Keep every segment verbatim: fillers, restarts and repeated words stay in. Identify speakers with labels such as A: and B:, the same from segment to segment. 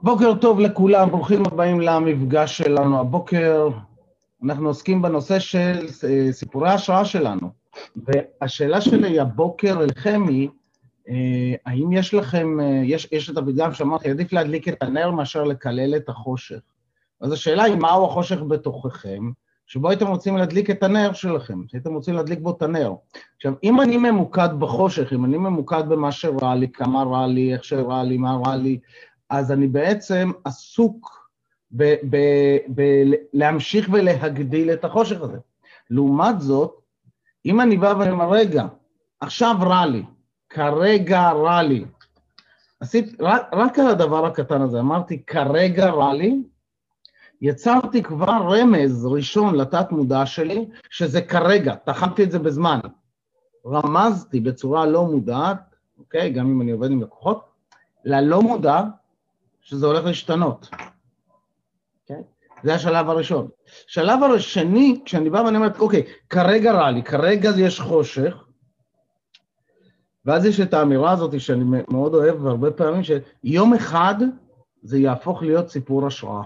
A: בוקר טוב לכולם, ברוכים הבאים למפגש שלנו. הבוקר אנחנו עוסקים בנושא של סיפורי ההשראה שלנו. והשאלה שלי הבוקר אליכם היא, האם יש לכם, יש, יש את הפתגם שאמרתי, עדיף להדליק את הנר מאשר לקלל את החושך. אז השאלה היא, מהו החושך בתוככם, שבו הייתם רוצים להדליק את הנר שלכם, שהייתם רוצים להדליק בו את הנר. עכשיו, אם אני ממוקד בחושך, אם אני ממוקד במה שרע לי, כמה רע לי, איך שרע לי, מה רע לי, אז אני בעצם עסוק ב- ב- ב- להמשיך ולהגדיל את החושך הזה. לעומת זאת, אם אני בא ואני אומר, רגע, עכשיו רע לי, כרגע רע לי, עשית, רק, רק על הדבר הקטן הזה, אמרתי, כרגע רע לי, יצרתי כבר רמז ראשון לתת מודע שלי, שזה כרגע, תחמתי את זה בזמן. רמזתי בצורה לא מודעת, אוקיי, גם אם אני עובד עם לקוחות, ללא מודע, שזה הולך להשתנות. Okay? זה השלב הראשון. שלב השני, כשאני בא ואני אומרת, אוקיי, כרגע רע לי, כרגע יש חושך, ואז יש את האמירה הזאת שאני מאוד אוהב, והרבה פעמים שיום אחד זה יהפוך להיות סיפור השראה.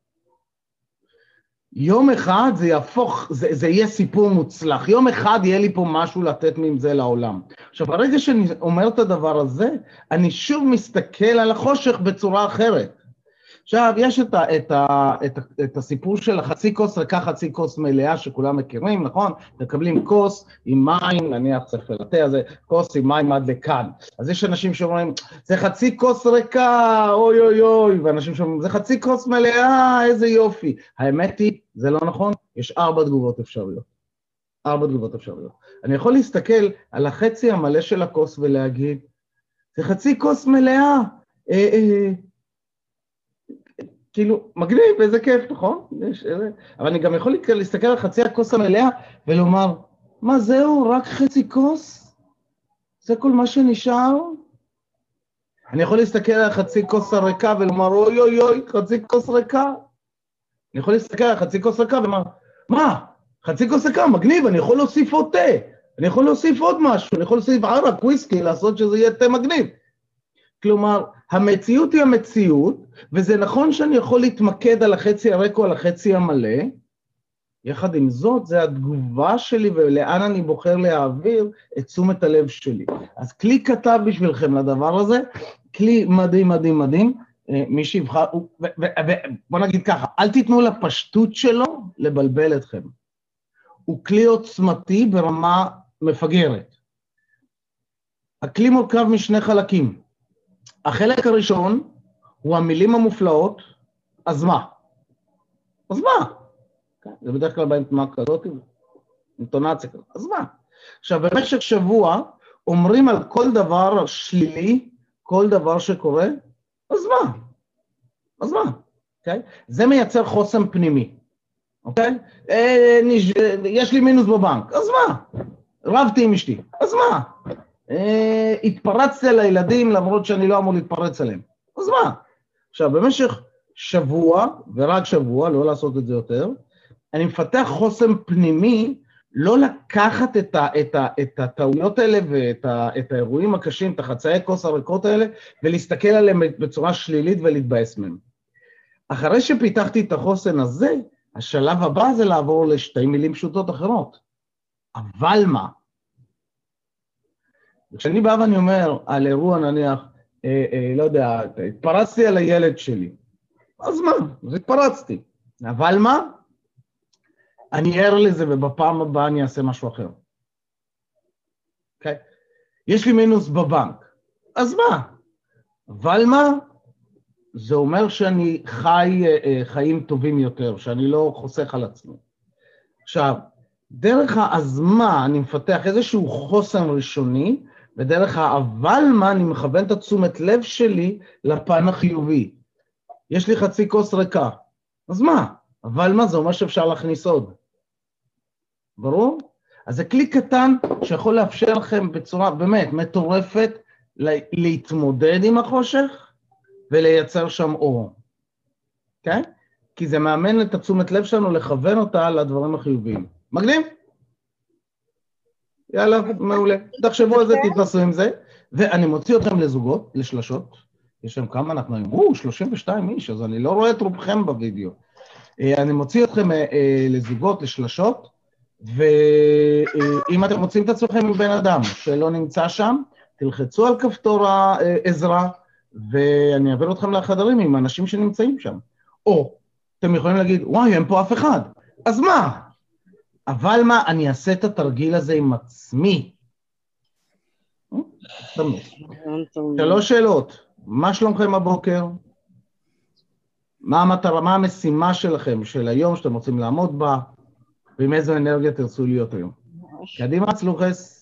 A: יום אחד זה יהפוך, זה, זה יהיה סיפור מוצלח. יום אחד יהיה לי פה משהו לתת מזה לעולם. עכשיו, ברגע שאני אומר את הדבר הזה, אני שוב מסתכל על החושך בצורה אחרת. עכשיו, יש את, ה, את, ה, את, ה, את הסיפור של החצי כוס ריקה, חצי כוס מלאה, שכולם מכירים, נכון? מקבלים כוס עם מים, נניח צריך ללטה, זה כוס עם מים עד לכאן. אז יש אנשים שאומרים, זה חצי כוס ריקה, אוי אוי אוי, ואנשים שאומרים, זה חצי כוס מלאה, איזה יופי. האמת היא, זה לא נכון, יש ארבע תגובות אפשריות. ארבע תגובות אפשריות. אני יכול להסתכל על החצי המלא של הכוס ולהגיד, זה חצי כוס מלאה, אה, אה, כאילו, מגניב, איזה כיף, נכון? יש, איזה... אבל אני גם יכול להסתכל על חצי הכוס המלאה ולומר, מה זהו, רק חצי כוס? זה כל מה שנשאר? אני יכול להסתכל על חצי כוס הריקה ולומר, אוי אוי אוי, חצי כוס ריקה. אני יכול להסתכל על חצי כוס ריקה ולומר, מה? חצי כוס ריקה, מגניב, אני יכול להוסיף עוד תה, אני יכול להוסיף עוד משהו, אני יכול להוסיף ערק, וויסקי, לעשות שזה יהיה תה מגניב. כלומר, המציאות היא המציאות, וזה נכון שאני יכול להתמקד על החצי הריק או על החצי המלא, יחד עם זאת, זה התגובה שלי ולאן אני בוחר להעביר את תשומת הלב שלי. אז כלי כתב בשבילכם לדבר הזה, כלי מדהים מדהים מדהים, מי שיבחר, בוא נגיד ככה, אל תיתנו לפשטות שלו לבלבל אתכם. הוא כלי עוצמתי ברמה מפגרת. הכלי מורכב משני חלקים. החלק הראשון הוא המילים המופלאות, אז מה? אז מה? זה בדרך כלל באינטונציה כזאת, אינטונציה כזאת, אז מה? עכשיו, במשך שבוע אומרים על כל דבר שלילי, כל דבר שקורה, אז מה? אז מה? Okay? זה מייצר חוסן פנימי, אוקיי? אה, נש... יש לי מינוס בבנק, אז מה? רבתי עם אשתי, אז מה? אה, התפרצתי על הילדים למרות שאני לא אמור להתפרץ עליהם. אז מה? עכשיו, במשך שבוע, ורק שבוע, לא לעשות את זה יותר, אני מפתח חוסן פנימי, לא לקחת את, ה, את, ה, את הטעויות האלה ואת ה, את האירועים הקשים, את החצאי כוס הריקות האלה, ולהסתכל עליהם בצורה שלילית ולהתבאס מהם. אחרי שפיתחתי את החוסן הזה, השלב הבא זה לעבור לשתי מילים פשוטות אחרות. אבל מה? כשאני בא ואני אומר על אירוע נניח, אה, אה, לא יודע, התפרצתי על הילד שלי, אז מה? אז התפרצתי. אבל מה? אני ער לזה ובפעם הבאה אני אעשה משהו אחר. אוקיי? יש לי מינוס בבנק, אז מה? אבל מה? זה אומר שאני חי אה, חיים טובים יותר, שאני לא חוסך על עצמי. עכשיו, דרך האזמה אני מפתח איזשהו חוסן ראשוני, ודרך האבל מה אני מכוון את התשומת לב שלי לפן החיובי. יש לי חצי כוס ריקה, אז מה? אבל מה? זה אומר שאפשר להכניס עוד. ברור? אז זה כלי קטן שיכול לאפשר לכם בצורה באמת מטורפת להתמודד עם החושך ולייצר שם אור. כן? כי זה מאמן את התשומת לב שלנו לכוון אותה לדברים החיוביים. מגניב? יאללה, מעולה. תחשבו על זה, תתנסו עם זה, ואני מוציא אותם לזוגות, לשלשות, יש שם כמה אנחנו היום, או, שלושים ושתיים איש, אז אני לא רואה את רובכם בווידאו. אני מוציא אתכם לזוגות, לשלשות, ואם אתם מוצאים את עצמכם עם בן אדם שלא נמצא שם, תלחצו על כפתור העזרה, ואני אעביר אתכם לחדרים עם אנשים שנמצאים שם. או, אתם יכולים להגיד, וואי, אין פה אף אחד. אז מה? אבל מה, אני אעשה את התרגיל הזה עם עצמי. שלוש שאלות. מה שלומכם הבוקר? מה המטרה, מה המשימה שלכם, של היום שאתם רוצים לעמוד בה, ועם איזו אנרגיה תרצו להיות היום? קדימה, צלוחס.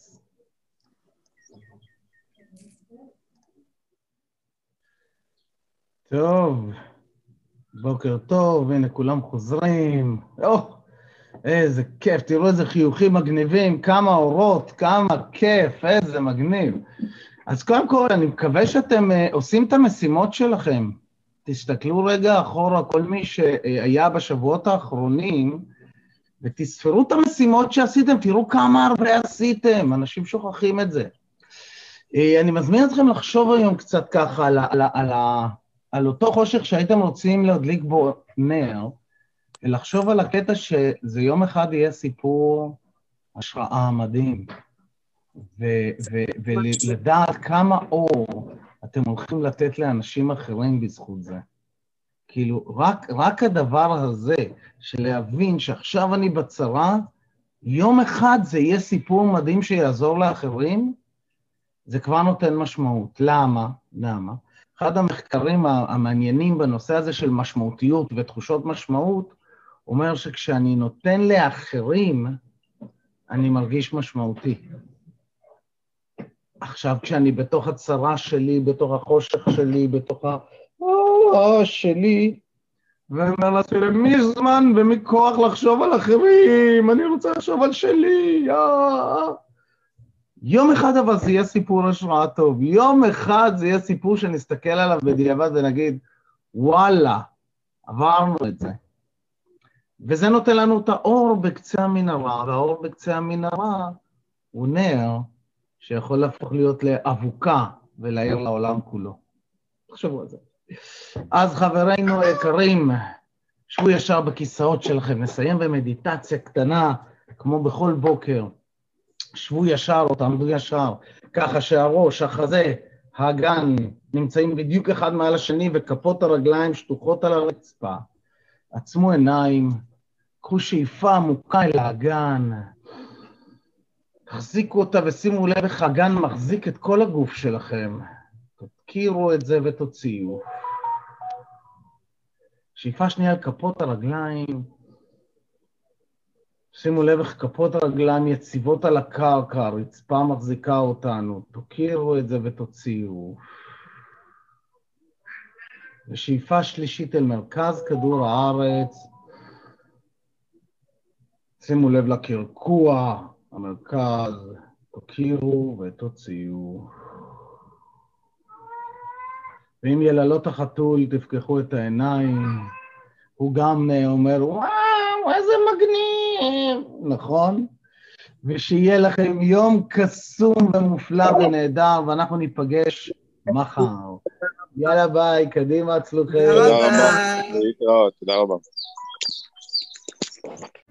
A: טוב, בוקר טוב, הנה כולם חוזרים. או, איזה כיף, תראו איזה חיוכים מגניבים, כמה אורות, כמה כיף, איזה מגניב. אז קודם כל, אני מקווה שאתם uh, עושים את המשימות שלכם. תסתכלו רגע אחורה, כל מי שהיה בשבועות האחרונים, ותספרו את המשימות שעשיתם, תראו כמה הרבה עשיתם, אנשים שוכחים את זה. אני מזמין אתכם לחשוב היום קצת ככה על, על, על, על אותו חושך שהייתם רוצים להדליק בו נר, ולחשוב על הקטע שזה יום אחד יהיה סיפור השראה מדהים, ו- ו- ולדעת כמה אור אתם הולכים לתת לאנשים אחרים בזכות זה. כאילו, רק, רק הדבר הזה, של להבין שעכשיו אני בצרה, יום אחד זה יהיה סיפור מדהים שיעזור לאחרים, זה כבר נותן משמעות. למה? למה? אחד המחקרים המעניינים בנושא הזה של משמעותיות ותחושות משמעות, אומר שכשאני נותן לאחרים, אני מרגיש משמעותי. עכשיו, כשאני בתוך הצרה שלי, בתוך החושך שלי, בתוך ה... שלי, ואומר לה שלי, מי זמן ומי כוח לחשוב על אחרים, אני רוצה לחשוב על שלי, יום אחד אבל זה יהיה סיפור השראה טוב, יום אחד זה יהיה סיפור שנסתכל עליו בדיעבד ונגיד, וואלה, עברנו את זה. וזה נותן לנו את האור בקצה המנהרה, והאור בקצה המנהרה הוא נר שיכול להפוך להיות לאבוקה ולהעיר לעולם כולו. תחשבו על זה. אז חברינו היקרים, שבו ישר בכיסאות שלכם, נסיים במדיטציה קטנה, כמו בכל בוקר. שבו ישר או תעמדו ישר, ככה שהראש, החזה, האגן, נמצאים בדיוק אחד מעל השני, וכפות הרגליים שטוחות על הרצפה. עצמו עיניים, קחו שאיפה עמוקה אל האגן, תחזיקו אותה ושימו לב איך האגן מחזיק את כל הגוף שלכם. תכירו את זה ותוציאו. שאיפה שנייה על כפות הרגליים, שימו לב איך כפות הרגליים יציבות על הקרקע, הרצפה מחזיקה אותנו, תכירו את זה ותוציאו. ושאיפה שלישית אל מרכז כדור הארץ, שימו לב לקרקוע, המרכז, תכירו ותוציאו. ואם יללות החתול, תפקחו את העיניים, הוא גם אומר, וואו, איזה מגניב, נכון? ושיהיה לכם יום קסום ומופלא ונהדר, ואנחנו ניפגש מחר. יאללה ביי, קדימה, הצלוחים.
B: תודה רבה, להתראות, תודה רבה.